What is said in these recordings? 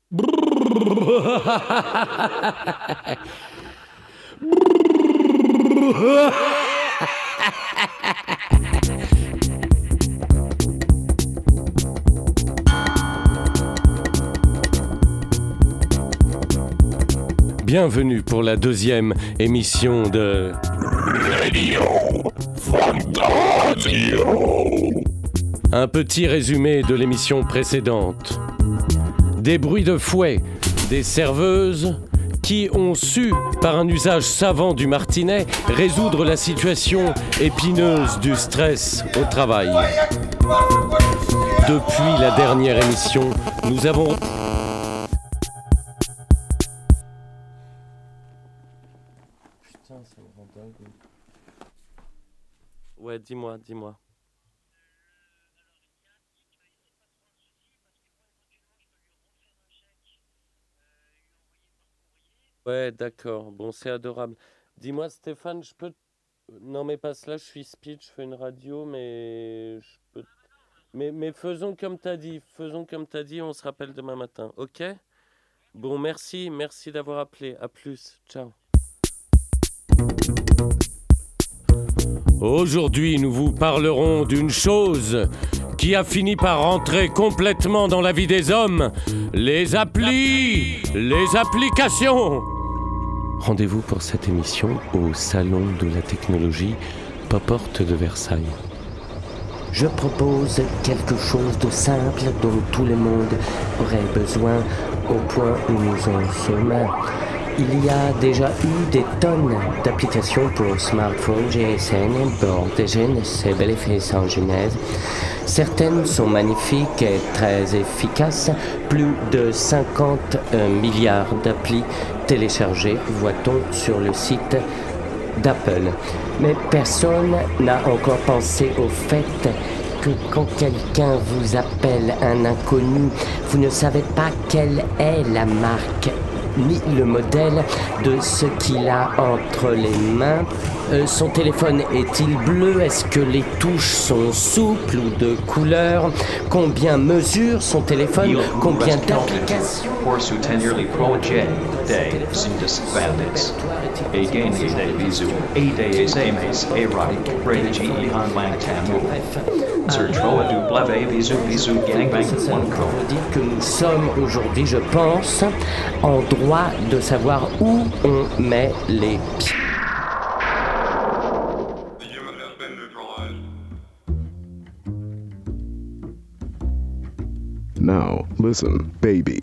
Bienvenue pour la deuxième émission de Radio Fantasio. Un petit résumé de l'émission précédente. Des bruits de fouet, des serveuses qui ont su, par un usage savant du martinet, résoudre la situation épineuse du stress au travail. Depuis la dernière émission, nous avons... Putain, ça me rend dingue. Ouais, dis-moi. Ouais, d'accord. Bon, c'est adorable. Dis-moi, Stéphane, je peux... Non, mais pas cela, je suis speech, je fais une radio, mais... Je peux... Mais faisons comme t'as dit. On se rappelle demain matin, ok? Bon, merci d'avoir appelé. À plus, ciao. Aujourd'hui, nous vous parlerons d'une chose qui a fini par rentrer complètement dans la vie des hommes, les applications. Rendez-vous pour cette émission au Salon de la Technologie, Porte de Versailles. Je propose quelque chose de simple dont tout le monde aurait besoin au point où nous en sommes. Il y a déjà eu des tonnes d'applications pour smartphone, GSM, bord de GNC, bel effet sans genèse. Certaines sont magnifiques et très efficaces. Plus de 50 milliards d'applis téléchargées, voit-on sur le site d'Apple. Mais personne n'a encore pensé au fait que quand quelqu'un vous appelle un inconnu, vous ne savez pas quelle est la marque ni le modèle de ce qu'il a entre les mains. Son téléphone est-il bleu? Est-ce que les touches sont souples ou de couleur? Combien mesure son téléphone? Combien d'applications? Ça veut dire que nous sommes aujourd'hui, je pense, en droit de savoir où on met les pieds. Now, listen, baby.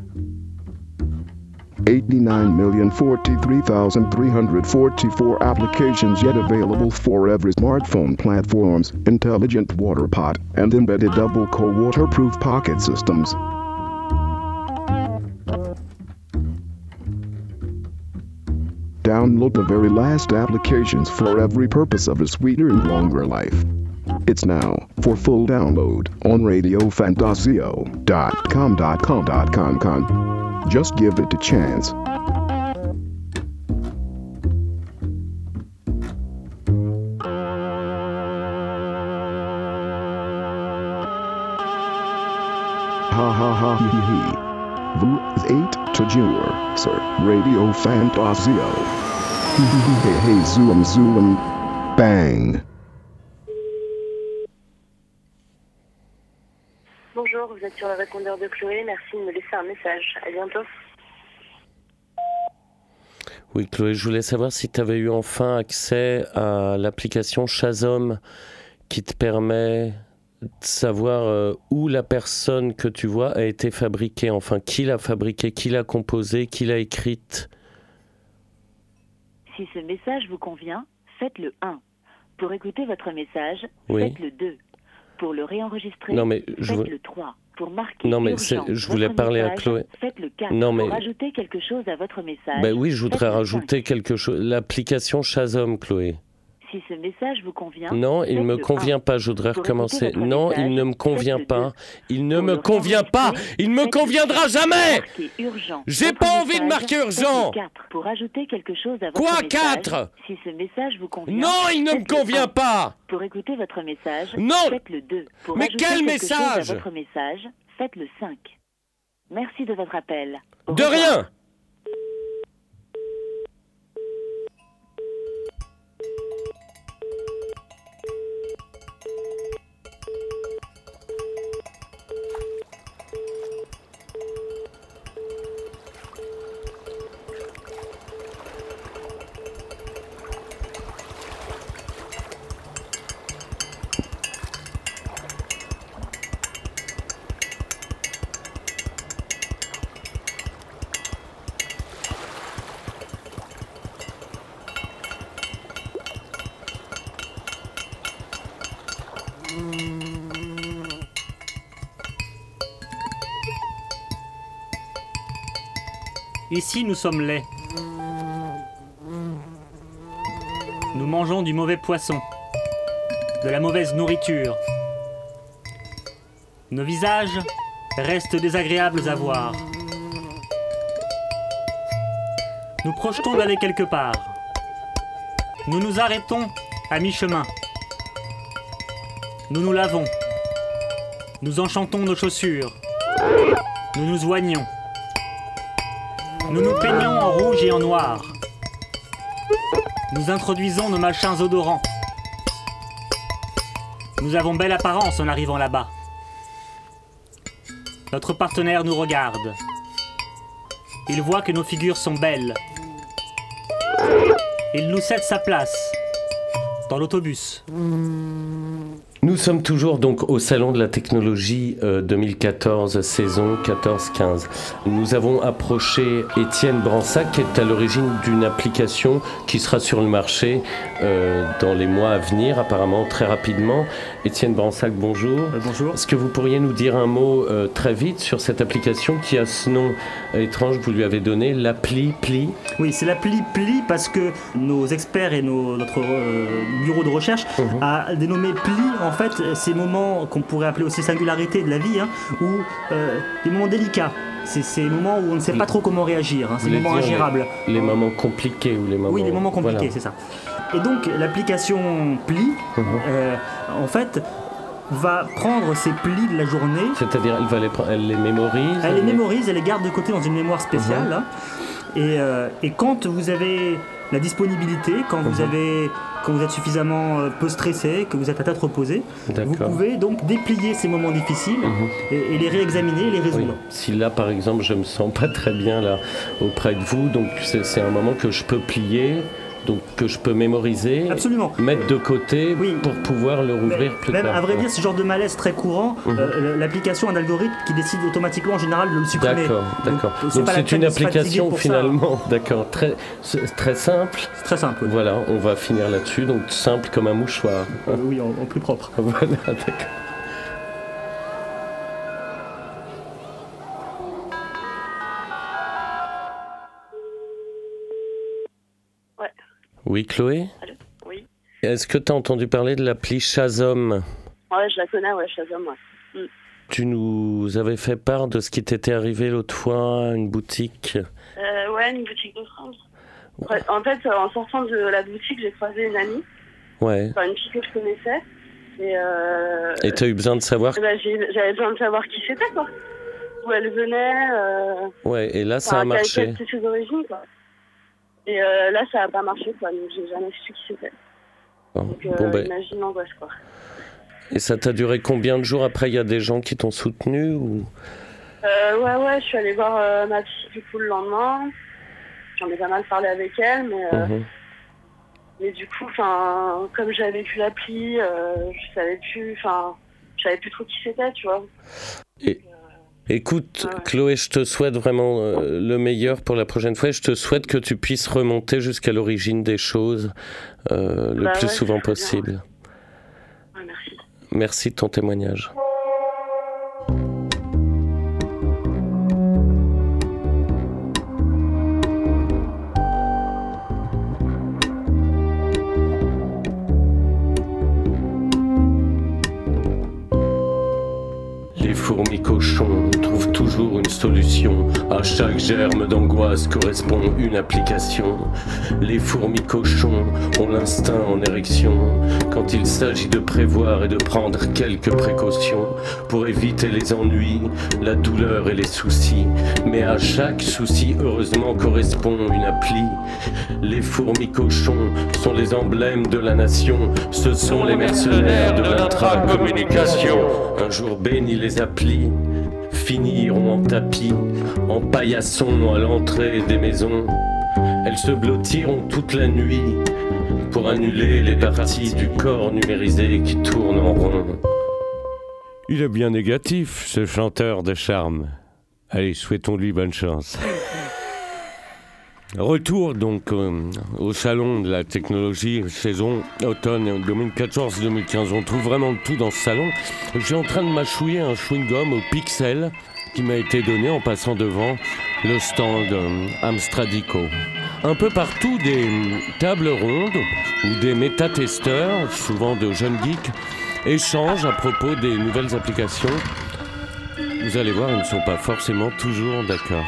89,043,344 applications yet available for every smartphone platforms, intelligent water pot, and embedded double-core waterproof pocket systems. Download the very last applications for every purpose of a sweeter and longer life. It's now for full download on radiofantasio.com. Just give it a chance. Ha ha ha he he. Vous êtes toujours sur Radio Fantasio. Hey hey zoom zoom bang. Bonjour, vous êtes sur le répondeur de Chloé, merci de me laisser un message. À bientôt. Oui, Chloé, je voulais savoir si tu avais eu enfin accès à l'application Shazam qui te permet de savoir où la personne que tu vois a été fabriquée, enfin qui l'a fabriquée, qui l'a composée, qui l'a écrite. Si ce message vous convient, faites le 1. Pour écouter votre message, Oui. faites le 2. Pour le réenregistrer, Non, mais faites le 3. Pour marquer Non, mais urgent je voulais votre parler à message, Chloé. Faites le 4. Non, mais- Pour ajouter quelque chose à votre message, Ben oui, je voudrais faites le rajouter 5. quelque chose. L'application Shazam, Chloé. Si ce message vous convient, Non, il ne faites me le convient 1. pas, je voudrais Pour recommencer. écouter votre Non, message, il ne me convient faites le pas. 2. Il ne Pour me le convient pas. réenregistrer, Il me faites le conviendra 3. jamais. Marquez urgent J'ai votre pas envie de message, marquer faites urgent. le 4. Pour ajouter quelque chose à votre Quoi, message, 4? si ce message vous convient, Non, il ne me faites le convient 1. pas. Pour écouter votre message, Non. faites le 2. Pour Mais ajouter quel quelque chose message? à votre message, faites le 5. Merci de votre appel. Au De revoir. rien! Ici, nous sommes laids. Nous mangeons du mauvais poisson, de la mauvaise nourriture. Nos visages restent désagréables à voir. Nous projetons d'aller quelque part. Nous nous arrêtons à mi-chemin. Nous nous lavons. Nous enchantons nos chaussures. Nous nous oignons. Nous nous peignons en rouge et en noir. Nous introduisons nos machins odorants. Nous avons belle apparence en arrivant là-bas. Notre partenaire nous regarde. Il voit que nos figures sont belles. Il nous cède sa place dans l'autobus. Nous sommes toujours donc au Salon de la Technologie 2014, saison 14-15. Nous avons approché Étienne Bransac, qui est à l'origine d'une application qui sera sur le marché dans les mois à venir, apparemment très rapidement. Étienne Bransac, bonjour. Bonjour. Est-ce que vous pourriez nous dire un mot très vite sur cette application qui a ce nom étrange que vous lui avez donné, l'appli Pli? Oui, c'est l'appli Pli parce que nos experts et notre bureau de recherche a dénommé Pli en fait ces moments qu'on pourrait appeler aussi singularités de la vie, où des moments délicats. C'est ces moments où on ne sait pas trop comment réagir, ces moments ingérables. Les moments compliqués ou les moments... Oui, les moments compliqués, voilà. c'est ça. Et donc l'application Pli, en fait, va prendre ces plis de la journée. C'est-à-dire, elle les mémorise. Elle les mémorise, elle les garde de côté dans une mémoire spéciale. Et quand vous avez la disponibilité, quand vous êtes suffisamment peu stressé, que vous êtes à tête reposée, vous pouvez donc déplier ces moments difficiles et les réexaminer et les résoudre. Oui. Si là, par exemple, je me sens pas très bien là auprès de vous, donc c'est un moment que je peux plier, donc que je peux mémoriser, absolument, mettre de côté pour pouvoir le rouvrir plus tard. Même à vrai dire, ce genre de malaise très courant, l'application a un algorithme qui décide automatiquement en général de le supprimer. D'accord. Donc c'est une application finalement, d'accord, très simple. C'est très simple. Oui. Voilà, on va finir là-dessus, donc simple comme un mouchoir. Oui, en plus propre. Voilà, d'accord. Oui, Chloé? Allô? Oui. Est-ce que tu as entendu parler de l'appli Shazam? Ouais, je la connais, Shazam, ouais. Tu nous avais fait part de ce qui t'était arrivé l'autre fois à une boutique. Ouais, une boutique de France. Ouais, en fait, en sortant de la boutique, j'ai croisé une amie. Ouais. Enfin, une fille que je connaissais. Et tu as eu besoin de savoir... J'avais besoin de savoir qui c'était, quoi. Où elle venait. Ouais, et là, ça a marché. Quelles étaient ses origines, quoi. Et là, ça n'a pas marché, quoi. Donc, j'ai jamais su qui c'était. Donc, imagine l'angoisse, quoi. Et ça t'a duré combien de jours après? Il y a des gens qui t'ont soutenu ou... Ouais, je suis allée voir ma fille, du coup, le lendemain. J'en ai pas mal parlé avec elle, mais du coup, comme j'avais plus l'appli, je savais plus trop qui c'était, tu vois. Écoute, Chloé, je te souhaite vraiment le meilleur pour la prochaine fois. Je te souhaite que tu puisses remonter jusqu'à l'origine des choses le plus souvent possible. Ouais, merci. Merci de ton témoignage. Les fourmis cochons trouvent toujours une solution. solution. À chaque germe d'angoisse correspond une application. Les fourmis cochons ont l'instinct en érection quand il s'agit de prévoir et de prendre quelques précautions pour éviter les ennuis, la douleur et les soucis. Mais à chaque souci, heureusement, correspond une appli. Les fourmis cochons sont les emblèmes de la nation. Ce sont les mercenaires de l'intra-communication. Un jour béni, les applis finiront en tapis, en paillasson à l'entrée des maisons. Elles se blottiront toute la nuit pour annuler les parties du corps numérisé qui tournent en rond. Il est bien négatif, ce chanteur de charme. Allez, souhaitons-lui bonne chance. Retour donc au salon de la technologie, saison automne 2014-2015. On trouve vraiment tout dans ce salon. Je suis en train de mâchouiller un chewing-gum au pixel qui m'a été donné en passant devant le stand Amstradico. Un peu partout, des tables rondes où des méta-testeurs, souvent de jeunes geeks, échangent à propos des nouvelles applications. Vous allez voir, ils ne sont pas forcément toujours d'accord.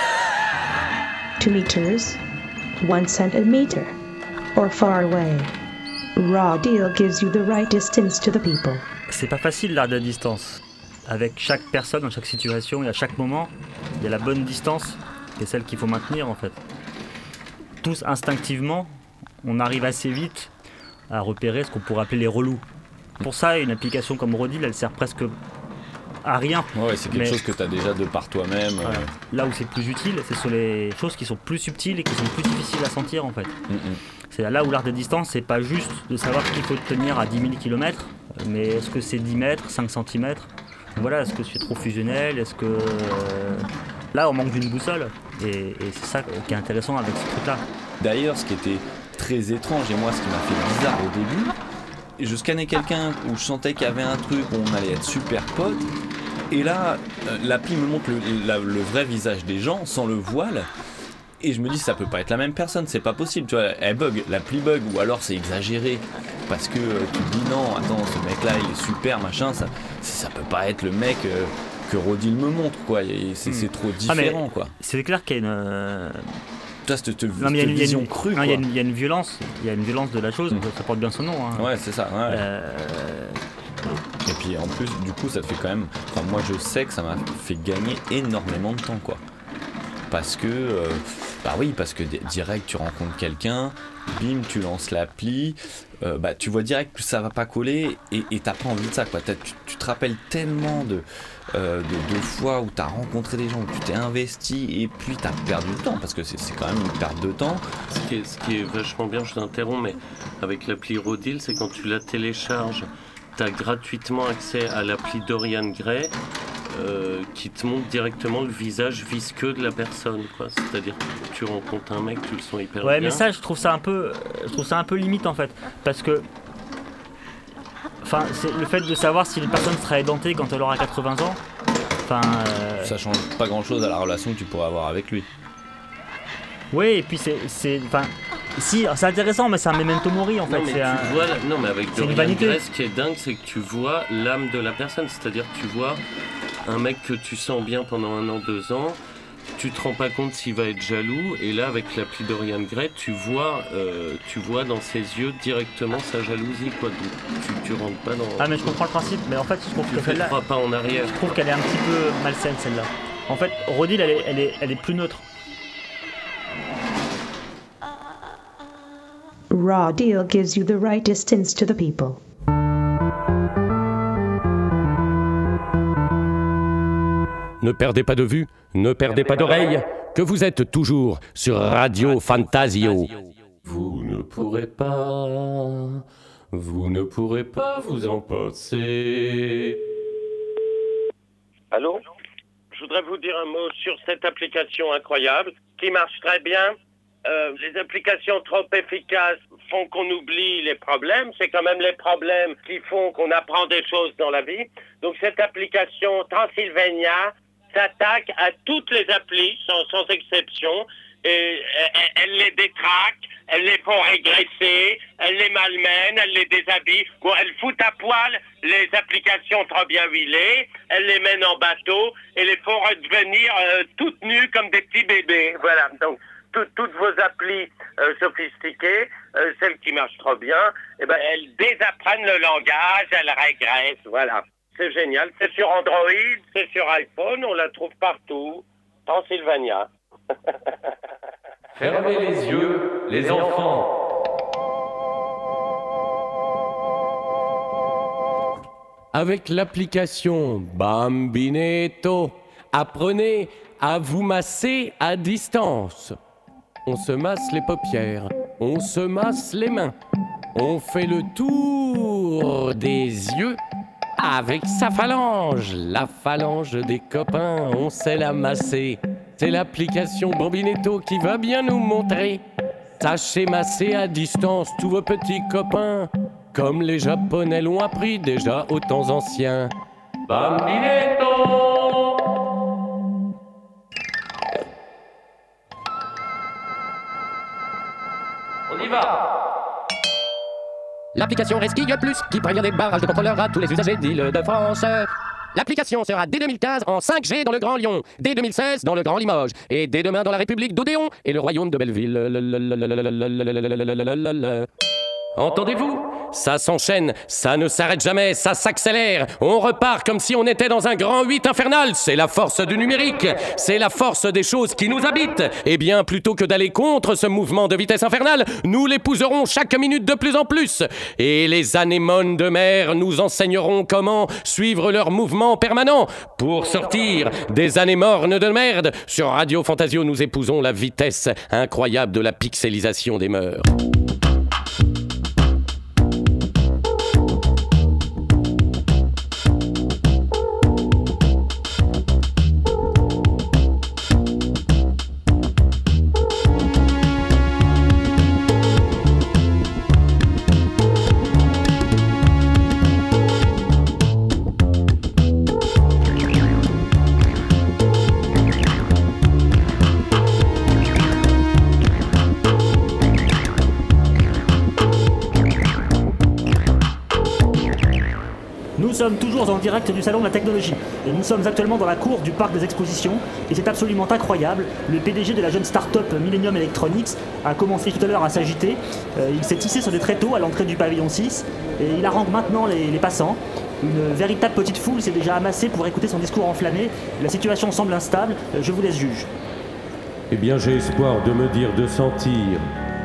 2 meters, 1 cent a meter, or far away. Raw Deal gives you the right distance to the people. C'est pas facile l'art de la distance. Avec chaque personne, dans chaque situation et à chaque moment, il y a la bonne distance et celle qu'il faut maintenir en fait. Tous instinctivement, on arrive assez vite à repérer ce qu'on pourrait appeler les relous. Pour ça, une application comme Raw Deal, elle sert presque à rien. Ouais, c'est quelque chose que tu as déjà de par toi-même. Voilà. Là où c'est plus utile, c'est sur les choses qui sont plus subtiles et qui sont plus difficiles à sentir en fait. C'est là où l'art de distance, c'est pas juste de savoir qu'il faut tenir à 10 000 km, mais est-ce que c'est 10 mètres, 5 cm? Voilà, est-ce que c'est trop fusionnel? Est-ce que... Là, on manque d'une boussole. Et c'est ça qui est intéressant avec ce truc-là. D'ailleurs, ce qui était très étrange, et moi, ce qui m'a fait bizarre au début, je scannais quelqu'un où je sentais qu'il y avait un truc où on allait être super potes. Et là, l'appli me montre le vrai visage des gens sans le voile. Et je me dis, ça peut pas être la même personne, c'est pas possible. Tu vois, elle bug, l'appli bug, ou alors c'est exagéré. Parce que tu te dis, non, attends, ce mec-là, il est super, machin, ça peut pas être le mec que Raw Deal me montre, quoi. C'est trop différent, quoi. C'est clair qu'il y a une... cette vision crue, quoi. Il y a une violence de la chose, ça porte bien son nom. Hein. Ouais, c'est ça, ouais. Et puis en plus, du coup, ça te fait quand même... Enfin, moi, je sais que ça m'a fait gagner énormément de temps, quoi. Parce que... parce que direct, tu rencontres quelqu'un, bim, tu lances l'appli, tu vois direct que ça va pas coller et t'as pas envie de ça, quoi. Tu te rappelles tellement de fois où t'as rencontré des gens, où tu t'es investi et puis t'as perdu du temps, parce que c'est quand même une perte de temps. Ce qui est vachement bien, je t'interromps, mais avec l'appli Raw Deal, c'est quand tu la télécharges, t'as gratuitement accès à l'appli Dorian Gray qui te montre directement le visage visqueux de la personne, quoi. C'est-à-dire que tu rencontres un mec, tu le sens hyper bien. Ouais, mais ça, je trouve ça un peu limite en fait, parce que c'est le fait de savoir si une personne sera édentée quand elle aura 80 ans. Ça change pas grand-chose à la relation que tu pourrais avoir avec lui. Oui, et puis si, c'est intéressant, mais c'est un memento mori en fait. Mais avec Dorian Gray, ce qui est dingue, c'est que tu vois l'âme de la personne. C'est-à-dire que tu vois un mec que tu sens bien pendant 1 an, 2 ans, tu te rends pas compte s'il va être jaloux, et là, avec l'appli Dorian Gray, tu vois dans ses yeux directement sa jalousie, quoi. Donc, tu rentres pas dans... Ah, mais je comprends le principe, mais en fait, je trouve que celle-là... Tu ne pas en arrière. Je trouve qu'elle est un petit peu malsaine, celle-là. En fait, Raw Deal, elle est plus neutre. Raw Deal gives you the right distance to the people. Ne perdez pas de vue, ne perdez pas d'oreille, que vous êtes toujours sur Radio Fantasio. Vous ne pourrez pas vous en passer. Allô ? Je voudrais vous dire un mot sur cette application incroyable qui marche très bien. Les applications trop efficaces font qu'on oublie les problèmes. C'est quand même les problèmes qui font qu'on apprend des choses dans la vie. Donc cette application Transylvania s'attaque à toutes les applis sans exception. et elles les détraquent, elles les font régresser, elles les malmènent, elles les déshabillent. Bon, elles foutent à poil les applications trop bien huilées, elles les mènent en bateau et les font redevenir toutes nues comme des petits bébés. Voilà, donc toutes vos applis sophistiquées, celles qui marchent trop bien, eh ben, elles désapprennent le langage, elles régressent, voilà. C'est génial, c'est sur Android, c'est sur iPhone, on la trouve partout. Transylvania. Fermez les yeux, les enfants. Avec l'application Bambinetto, apprenez à vous masser à distance. On se masse les paupières, on se masse les mains, on fait le tour des yeux avec sa phalange, la phalange des copains, on sait la masser. C'est l'application Bambinetto qui va bien nous montrer. Sachez masser à distance tous vos petits copains, comme les Japonais l'ont appris déjà aux temps anciens. Bambinetto! On y va! L'application Resquille Plus, qui prévient des barrages de contrôleurs à tous les usagers d'Île-de-France. L'application sera dès 2015 en 5G dans le Grand Lyon, dès 2016 dans le Grand Limoges, et dès demain dans la République d'Odéon et le Royaume de Belleville. Entendez-vous ? Ça s'enchaîne, ça ne s'arrête jamais, ça s'accélère. On repart comme si on était dans un grand 8 infernal. C'est la force du numérique, c'est la force des choses qui nous habitent. Et bien, plutôt que d'aller contre ce mouvement de vitesse infernale, nous l'épouserons chaque minute de plus en plus. Et les anémones de mer nous enseigneront comment suivre leur mouvement permanent. Pour sortir des anémornes de merde, sur Radio Fantasio, nous épousons la vitesse incroyable de la pixelisation des mœurs. Nous sommes toujours en direct du Salon de la Technologie et nous sommes actuellement dans la cour du parc des expositions et c'est absolument incroyable. Le PDG de la jeune start-up Millennium Electronics a commencé tout à l'heure à s'agiter. Il s'est hissé sur des tréteaux à l'entrée du pavillon 6 et il harangue maintenant les passants. Une véritable petite foule s'est déjà amassée pour écouter son discours enflammé. La situation semble instable, je vous laisse juge. Eh bien, j'ai espoir de sentir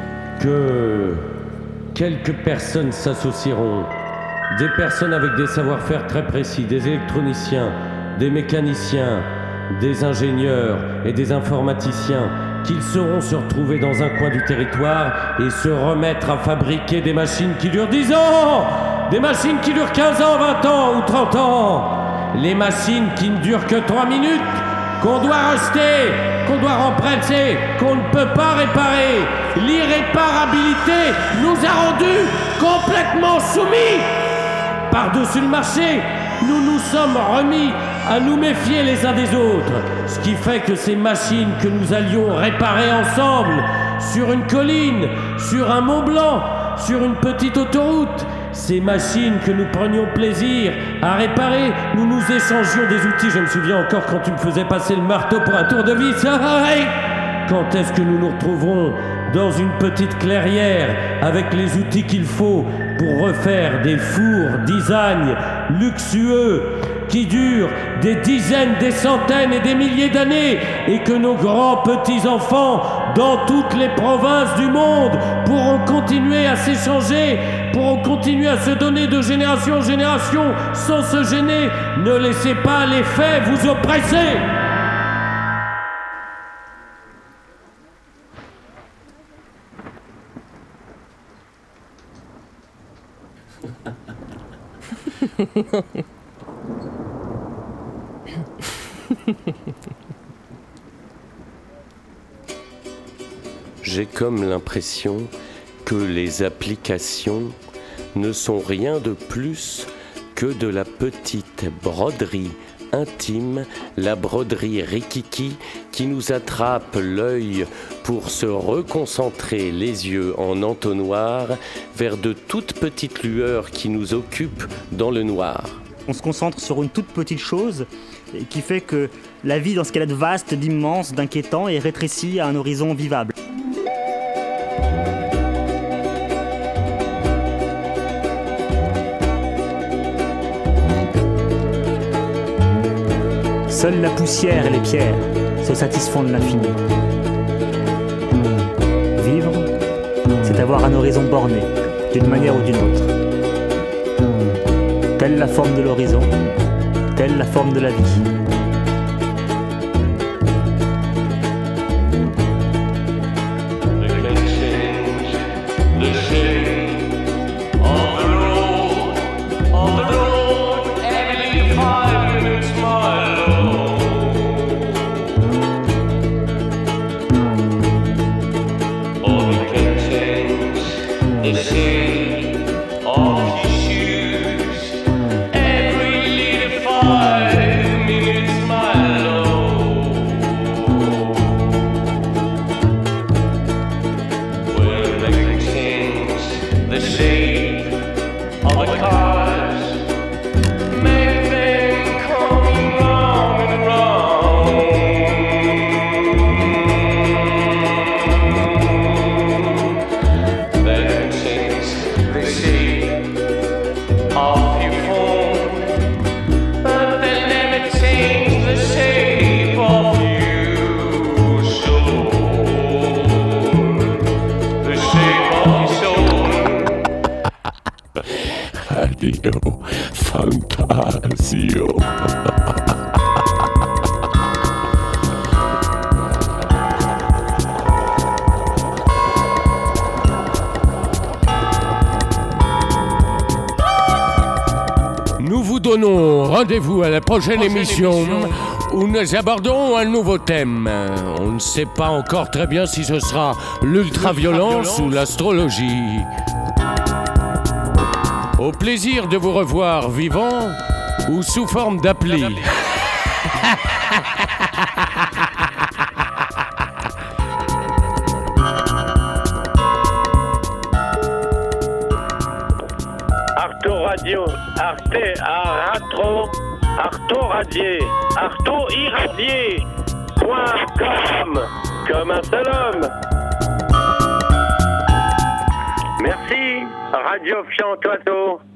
que quelques personnes s'associeront. Des personnes avec des savoir-faire très précis, des électroniciens, des mécaniciens, des ingénieurs et des informaticiens, qu'ils sauront se retrouver dans un coin du territoire et se remettre à fabriquer des machines qui durent 10 ans, des machines qui durent 15 ans, 20 ans ou 30 ans, les machines qui ne durent que 3 minutes, qu'on doit racheter, qu'on doit remprunter, qu'on ne peut pas réparer. L'irréparabilité nous a rendus complètement soumis. Par-dessus le marché, nous nous sommes remis à nous méfier les uns des autres. Ce qui fait que ces machines que nous allions réparer ensemble, sur une colline, sur un Mont Blanc, sur une petite autoroute, ces machines que nous prenions plaisir à réparer, nous nous échangions des outils. Je me souviens encore quand tu me faisais passer le marteau pour un tour de vis. Quand est-ce que nous nous retrouverons dans une petite clairière avec les outils qu'il faut pour refaire des fours design luxueux qui durent des dizaines, des centaines et des milliers d'années et que nos grands petits-enfants dans toutes les provinces du monde pourront continuer à s'échanger, pourront continuer à se donner de génération en génération sans se gêner. Ne laissez pas les faits vous oppresser. J'ai comme l'impression que les applications ne sont rien de plus que de la petite broderie intime, la broderie rikiki qui nous attrape l'œil pour se reconcentrer les yeux en entonnoir vers de toutes petites lueurs qui nous occupent dans le noir. On se concentre sur une toute petite chose qui fait que la vie dans ce qu'elle a de vaste, d'immense, d'inquiétant est rétrécie à un horizon vivable. Seule la poussière et les pierres se satisfont de l'infini. Vivre, c'est avoir un horizon borné, d'une manière ou d'une autre. Telle la forme de l'horizon, telle la forme de la vie. Radio Fantasio. Nous vous donnons rendez-vous à la prochaine émission où nous abordons un nouveau thème. On ne sait pas encore très bien si ce sera l'ultraviolence ou l'astrologie. Au plaisir de vous revoir vivant ou sous forme d'appli. Arto Radio, Arte, Aratro, Arto Radier, Arto Irradier, .com, comme un seul homme. Merci, Radio Fiantoiseau.